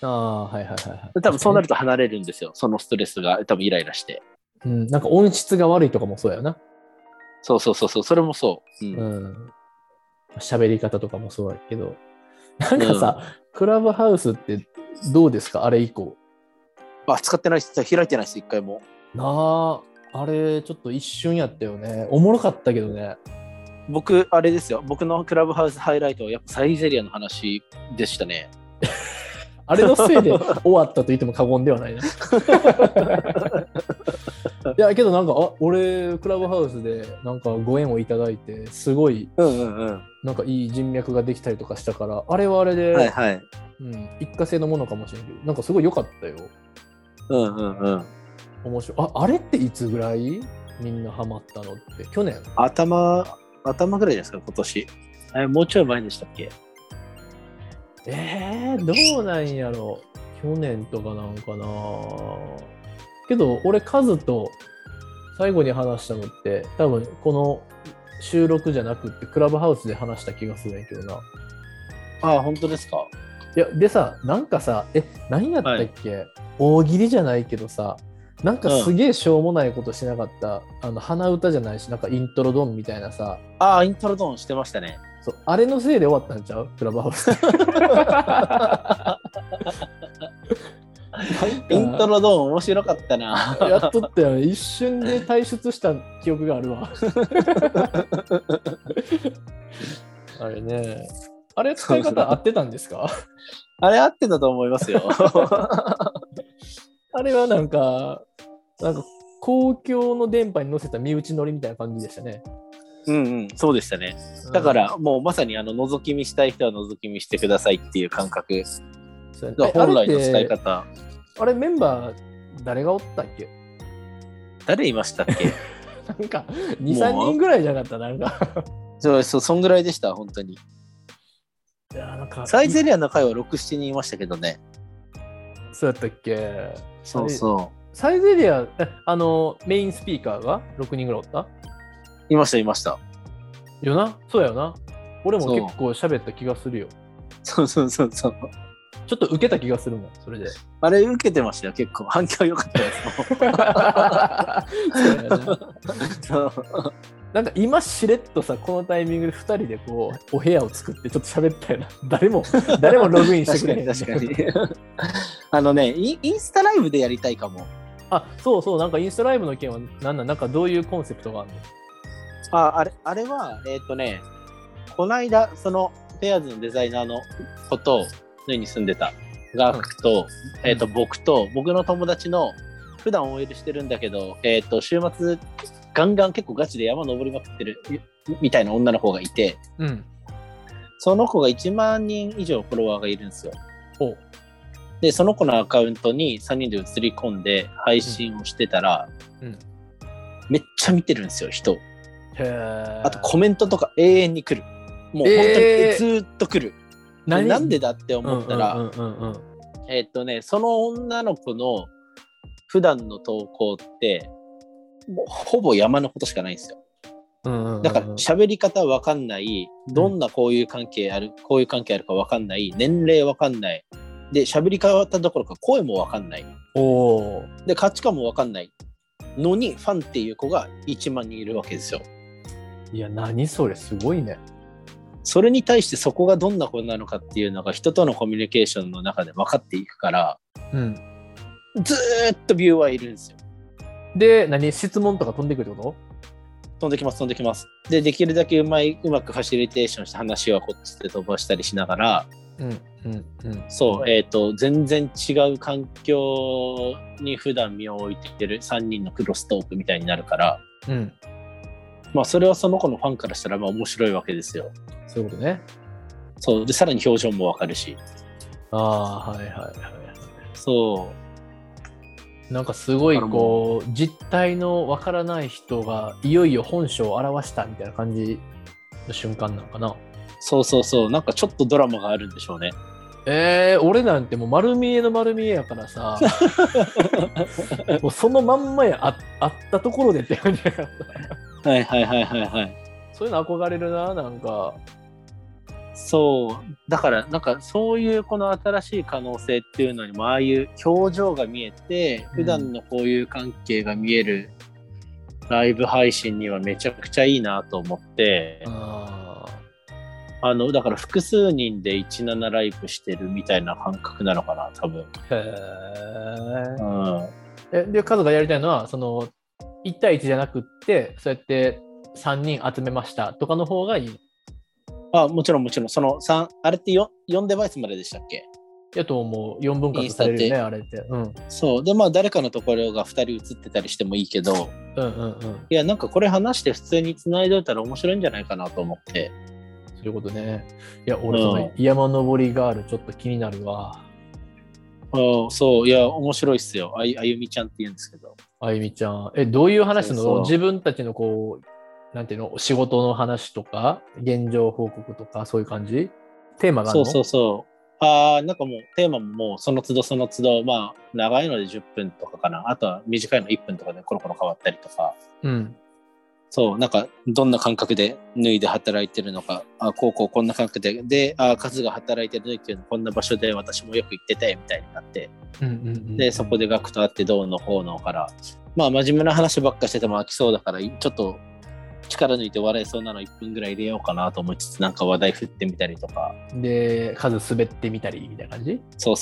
ああ、はいはいはいはい。 多分そうなると離れるんですよ。そのストレスが多分イライラして。 うん、なんか音質が悪いとかもそうやな。 そうそうそうそう、それもそう。うん。 うん。喋り方とかもそうやけど。なんうん。 かさ、クラブハウスってどうですかあれ以降。 あ、使ってないです。開いてないです、一回も。 なあ、あれちょっと一瞬やったよね。おもろかったけどね。 僕、あれですよ。僕のクラブハウスハイライトはやっぱサイゼリアの話でしたね。 あれのせいで終わったと言っても過言ではないな。いや、けどなんか、俺、クラブハウスでなんかご縁をいただいて、すごい、 うんうんうん。 なんかいい人脈ができたりとかしたから、あれはあれで、 はいはい。 うん、一過性のものかもしれんけど、なんかすごい良かったよ。 うんうんうん。 面白い。あれっていつぐらいみんなハマったのって。去年頭ぐらいですか、今年。もうちょい前でしたっけ？ どうなんやろ。去年とかなんかな。けど、俺、カズと最後に話したのって、多分この収録じゃなくって、クラブハウスで話した気がするんやけどな。 ああ、本当ですか？ いや、でさ、なんかさ、何やったっはい。 け、大喜利じゃないけどさ、なんかうん。 すげえしょうもないことしなかった、鼻歌じゃないし、なんかイントロドンみたいなさ、 ああ、イントロドンしてましたね。 そう、あれのせいで終わったんちゃうクラブハウス。なんイントか、 ロドン面白かったな。 やっとったよね。一瞬で退出した記憶があるわ。あれね。あれ使い方合ってたんですか？ あれ合ってたと思いますよ。 あれはなんか公共の電波に乗せた身内乗りみたいな感じでしたね。 うんうん、そうでしたね。だからもうまさに覗き見したい人は覗き見してくださいっていう感覚があれっ本来の使いて、 方。 あれメンバー誰がおったっけ？ 誰いましたっけ？ なんか2、3人ぐらいじゃなかったなんか。 そんぐらいでした、本当に。 いや、なんかサイゼリアの会は6、7人いましたけどね。 そうやったっけ？ そうそサイゼリア、メインスピーカーが6人ぐらいおった？ う。いました、いました。 よな、そうやよな。俺もそう結構喋った気がするよ。 そうそうそうそう。 ちょっと受けた気がするもん、それで。 あれ受けてましたよ、結構。反響良かったそうやな。 ですもん。そう。 なんか今しれっとさ、このタイミングで2人でこう、お部屋を作ってちょっと喋ったよな。誰もログインしてくれへん。 確かに。インスタライブでやりたいかも。 あ、そうそう、なんかインスタライブの件はなんかどういうコンセプトがあるの？ あれは、この間、その、ペアーズのデザイナーの子と、のに住んでたガクと、僕の友達の、普段 OL してるんだけど、週末、ガンガン結構ガチで山登りまくってるみたいな女の子がいて、 うん。 その子が1万人以上フォロワーがいるんですよ。 おで、その子のアカウントに3人で移り込んで配信をしてたら、 うん。 めっちゃ見てるんですよ、人。 へー。 あとコメントとか永遠に来る。もう本当にずーっと来る。なんでだって思ったら、その女の子の普段の投稿って、もうほぼ山のことしかないんですよ。だから喋り方わかんない、どんなこういう関係あるかわかんない、年齢わかんない。で、喋り方どころか声もわかんない。で、価値観もわかんないのに、ファンっていう子が1万人いるわけですよ。 いや、何それ、すごいね。 それに対してそこがどんな子なのかっていうのが人とのコミュニケーションの中で分かっていくから、 うん、 ずーっとビューはいるんですよ。 で、質問とか飛んでくるってこ飛んできます。で、できるだけうまくファシリテーションした話はこっちで飛ばしたりしながら、そう、全然違う環境に普段身を置いている3人のクロストークみたいになるから、まあそれはその子のファンからしたらまあ面白いわけですよ。 そういうことね。 そうで、さらに表情もわかるし。 はいはいはい。 そう。 なんかすごいこう実態のわからない人がいよいよ本性を表したみたいな感じの瞬間なのかな。 そう。なんかちょっとドラマがあるんでしょうね。 俺なんてもう丸見えの丸見えやからさ、もうそのまんまや、あったところでって感じやからさ。 はい。 そういうの憧れるな、なんか。 そうだからなんかそういうこの新しい可能性っていうのにもああいう表情が見えて、普段の交友関係が見えるライブ配信にはめちゃくちゃいいなと思って、だから複数人で17ライブしてるみたいな感覚なのかな多分。 で数がやりたいのはその1対1じゃなくってそうやって3人集めましたとかの方がいい？ もちろんその3あれって4デバイスまででしたっけ？ やと思う。4分割されるよねあれって。 そうで誰かのところが2人映ってたりしてもいいけど、いやなんかこれ話して普通に繋いでおいたら面白いんじゃないかなと思って。 そういうことね。いや俺その山登りガールちょっと気になるわ。 そういや面白いっすよ。あゆみちゃんって言うんですけど。 あゆみちゃんどういう話するの？自分たちのこうなんていうの仕事の話とか現状報告とかそういう感じ？テーマがあるの？ そうなんかもうテーマももうその都度長いので10分とかかな。あとは短いの1分とかでコロコロ変わったりとか。そうなんかどんな感覚で脱いで働いてるのか、こんな感覚で数が働いてる脱いっていうのこんな場所で私もよく行っててみたいになって、でそこで学とあってどうのこうのから真面目な話ばっかしてても飽きそうだからちょっと力抜いて笑いそうなの1分ぐらい入れようかなと思いつつなんか話題振ってみたりとかで数滑ってみたりみたいな感じ？ そう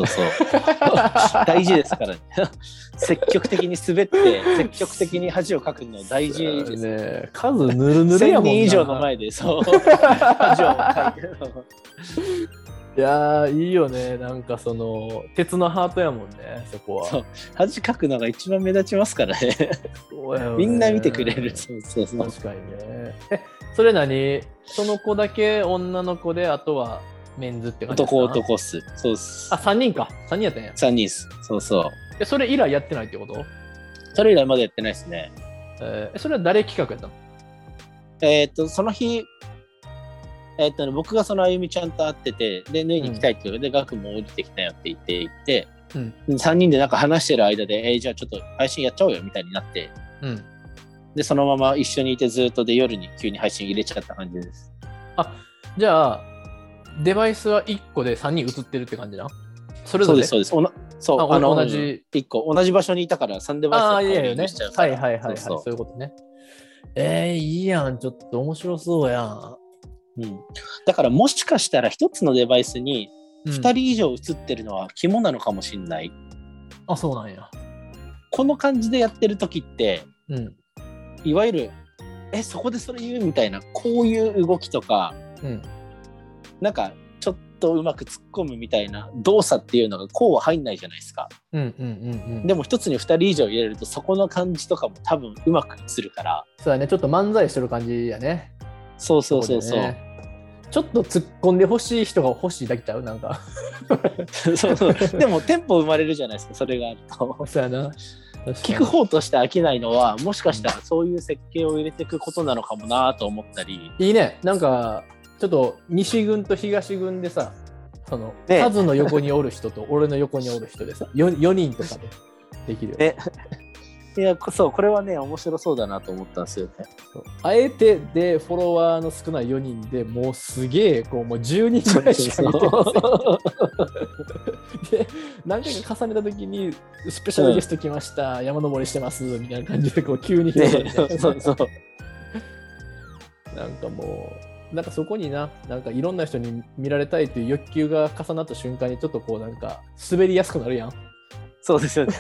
大事ですからね積極的に滑って積極的に恥をかくの大事ですね。数ぬるぬるやもんな。1000 人以上の前でそう恥をかいていやーいいよね。なんかその鉄のハートやもんねそこは。 そう恥かくのが一番目立ちますからね。 そうやよね。 みんな見てくれる。そう確かにね。それ何？その子だけ女の子であとはメンズって感じですか？ 男っす。そうっす。 3人か。3人やったんや。 3人っす。そう。 それ以来やってないってこと？ それ以来まだやってないですね。 それは誰企画やったの？その日僕がそのあゆみちゃんと会っててで脱いに行きたいっていうので、ガクも降りてきたよって言っていて、3人でなんか話してる間でじゃあちょっと配信やっちゃおうよみたいになって、でそのまま一緒にいてずっとで夜に急に配信入れちゃった感じです。 じゃあデバイスは1個で3人映ってるって感じな？それぞれ？ そうです同じ1個同じ場所にいたから3デバイスで配信しちゃうから。 はいそういうことね。いいやん。ちょっと面白そうやん。 だからもしかしたら一つのデバイスに2人以上映ってるのは肝なのかもしれない。 そうなんや。 この感じでやってる時って、いわゆるそこでそれ言うみたいなこういう動きとか、なんかちょっとうまく突っ込むみたいな動作っていうのがこうは入んないじゃないですか。でも一つに2人以上入れるとそこの感じとかも多分うまく映るから。そうだね。ちょっと漫才してる感じやね。 そう。 ちょっと突っ込んでほしい人が欲しいだけちゃうなんかでもテンポ生まれるじゃないですかそれがあると。 そうやな。 聞く方として飽きないのはもしかしたらそういう設計を入れていくことなのかもなと思ったり。 いいね。なんかちょっと西軍と東軍でさその、数の横におる人と俺の横におる人でさ 4人とかでできるよね。 いやそうこれはね面白そうだなと思ったんですよね。 あえてでフォロワーの少ない4人でもうすげえこうもう10人ぐらいしか見てませんで何回か重ねた時にスペシャルゲスト来ました、山登りしてますみたいな感じでこう急に広がって、なんかもうなんかそこになんかいろんな人に見られたいという欲求が重なった瞬間にちょっとこうなんか滑りやすくなるやん。 そうですよね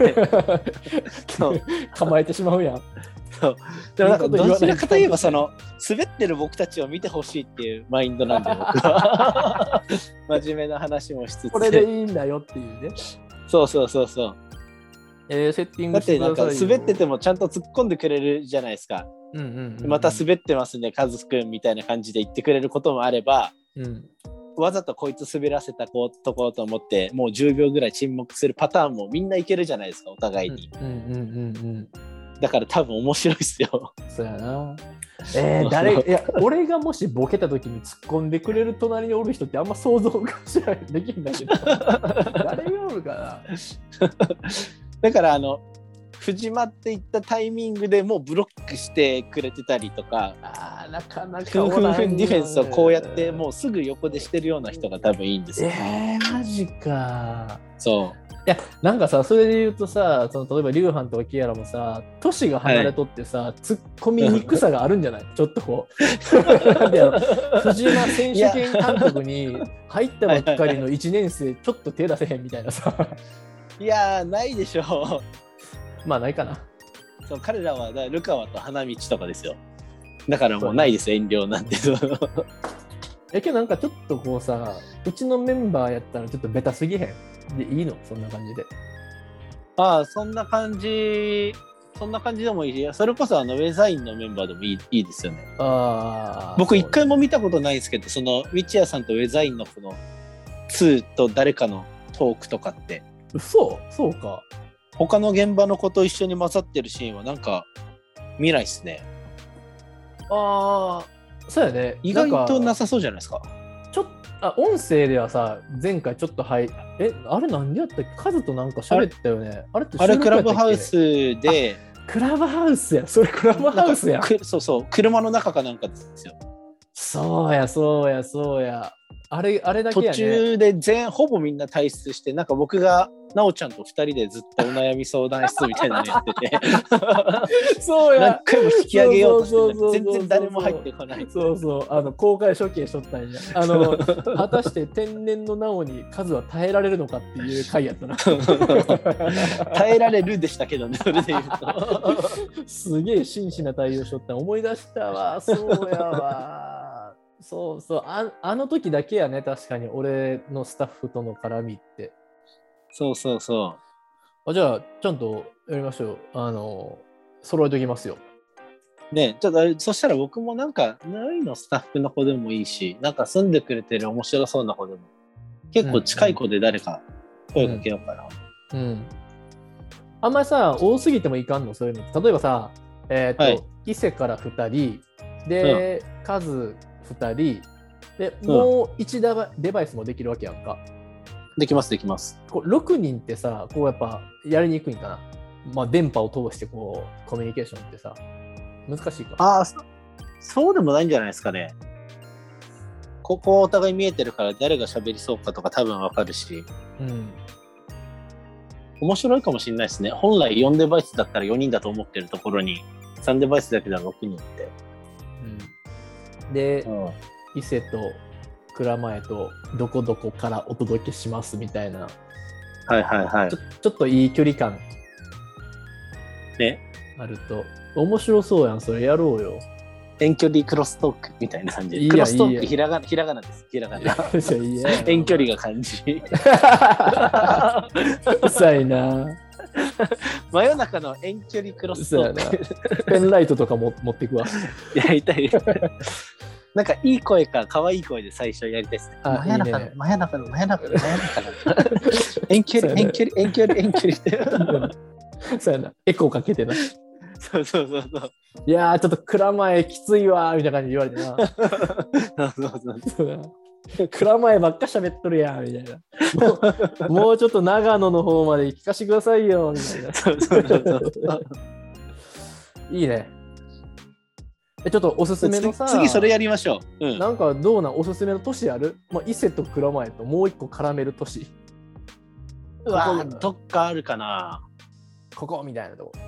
構えてしまうやん。 でもなんかどちらかといえばその滑ってる僕たちを見てほしいっていうマインドなんで僕は真面目な話もしつつこれでいいんだよっていうね。 そうセッティングしてくださいよ。 だってなんか滑っててもちゃんと突っ込んでくれるじゃないですか。また滑ってますねカズくんみたいな感じで言ってくれることもあれば、わざとこいつ滑らせたとこうと思ってもう10秒ぐらい沈黙するパターンもみんないけるじゃないですかお互いに。だから多分面白いっすよ。 そうやな。俺がもしボケた時に突っ込んでくれる隣におる人ってあんま想像ができんだけど誰がおるかな。 だから藤間って言ったタイミングでもうブロックしてくれてたりとか、 なかなかふんふんふんディフェンスをこうやってもうすぐ横でしてるような人が多分いいんですよ。 マジか。 そう。 いやなんかさ、それで言うとさ、その例えばリュウハンとかキアラもさ、年が離れとってさ、突っ込みにくさがあるんじゃない？ちょっとこうなんでやろ、藤間選手権監督に入ったばっかりの1年生ちょっと手出せへんみたいなさいやーないでしょまあないかな。 そう彼らはルカワと花道とかですよ。だからもうないです遠慮なんてけどなんかちょっとこうさ、うちのメンバーやったらちょっとベタすぎへんでいいの？そんな感じで。 ああ、そんな感じでもいいし、それこそウェザインのメンバーでもいいですよね。僕一回も見たことないんですけど、そのウィッチアさんとウェザインのこの2と誰かのトークとかって。 そうか。 他の現場の子と一緒に混ざってるシーンはなんか見ないっすね。 そうやね。 意外となさそうじゃないですか。 音声ではさ、前回ちょっとあれなんでやったっけ？カズとなんか喋ったよね。あれクラブハウスで。 クラブハウスや。それクラブハウスや。 そう。車の中かなんかですよ。 そうや。あれだけやね。 途中でほぼみんな退出して、なんか僕がなおちゃんと2人でずっとお悩み相談室みたいなのやっててそうや、 何回も引き上げようとして全然誰も入ってこない。 公開処刑しとったんや。果たして天然のなおに数は耐えられるのかっていう回やったな耐えられるでしたけどね、それで言うとすげえ真摯な対応しとった思い出したわ。そうやわそうあの時だけやね、確かに俺のスタッフとの絡みって。 そうじゃあちゃんとやりましょう。揃えときますよね。ちょっとそしたら僕もなんかナイのスタッフの子でもいいし、なんか住んでくれてる面白そうな子でも結構近い子で誰か声かけようかな。 あんまりさ多すぎてもいかんの？そういうの例えばさ伊勢から2人で、カズ2人でもう1デバイスもできるわけやんか。 できますこう6人ってさ、こうやっぱやりにくいんかな。まあ電波を通してこうコミュニケーションってさ難しいか。 そうでもないんじゃないですかね。ここお互い見えてるから誰が喋りそうかとか多分わかるし、面白いかもしれないですね。本来4デバイスだったら4人だと思ってるところに3デバイスだけでは6人って。 で、伊勢と蔵前とどこどこからお届けしますみたいな、ちょっといい距離感ねあると面白そうやん。それやろうよ。 遠距離クロストークみたいな感じで。クロストークひらがなです。ひらがな。遠距離が漢字。 うさいな。 真夜中の遠距離クロストーク。 ペンライトとかも持ってくわ。 やりたい。なんかいい声か可愛い声で最初やりたいですね。真夜中の遠距離ってそうやな。エコーかけてな。 そう。 いやーちょっと蔵前きついわーみたいな感じで言われてな。そう蔵前ばっか喋っとるやんみたいな。もうちょっと長野の方まで聞かせてくださいよみたいな。そういいね。ちょっとおすすめのさ、 次それやりましょう。なんかどうなんおすすめの都市ある？伊勢と蔵前ともう一個絡める都市。 どっかあるかな。 ここみたいなとこ。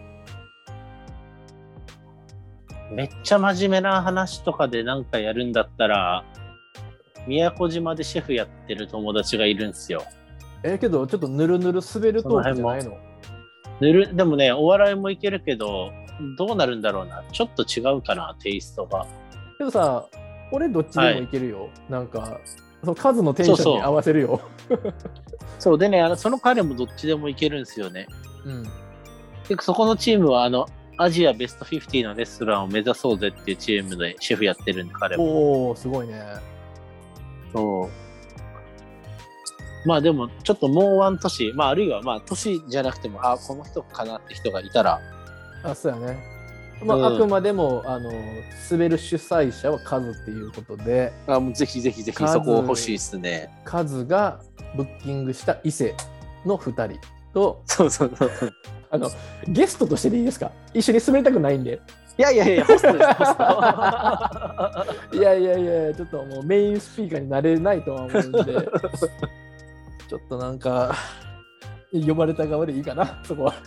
めっちゃ真面目な話とかでなんかやるんだったら、宮古島でシェフやってる友達がいるんですよ。 けどちょっとぬるぬる滑るトークじゃないの？ でもね、お笑いもいけるけど、どうなるんだろうな。ちょっと違うかな、テイストが。 けどさ、俺どっちでもいけるよ。なんか、数のテンションに合わせるよ。 そうでね、その彼もどっちでもいけるんですよね。でそこのチームはアジアベスト50のレストランを目指そうぜっていうチームでシェフやってるんで、彼も。 すごいね。 そう。まあでもちょっともうワン都市、あるいは都市じゃなくてもこの人かなって人がいたら、 そうやね。あくまでも滑る主催者はカズっていうことで、 もうぜひそこ欲しいですね。 カズがブッキングした伊勢の2人と、 そうゲストとしてでいいですか？一緒に滑りたくないんで。 いや、ホストです、ホスト。 いや、ちょっともうメインスピーカーになれないとは思うんで、ちょっとなんか、呼ばれた側でいいかな、そこは。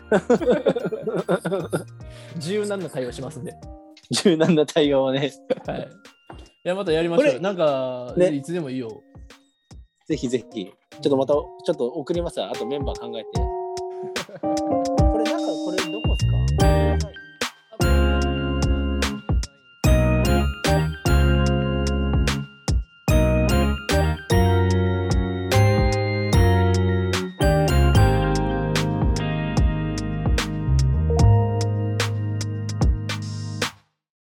柔軟な対応しますんで。 柔軟な対応をね。 はい。いや、またやりましょう。なんか、ね、いつでもいいよ。 ぜひぜひ。ちょっとまた、ちょっと送りますわ。あとメンバー考えて。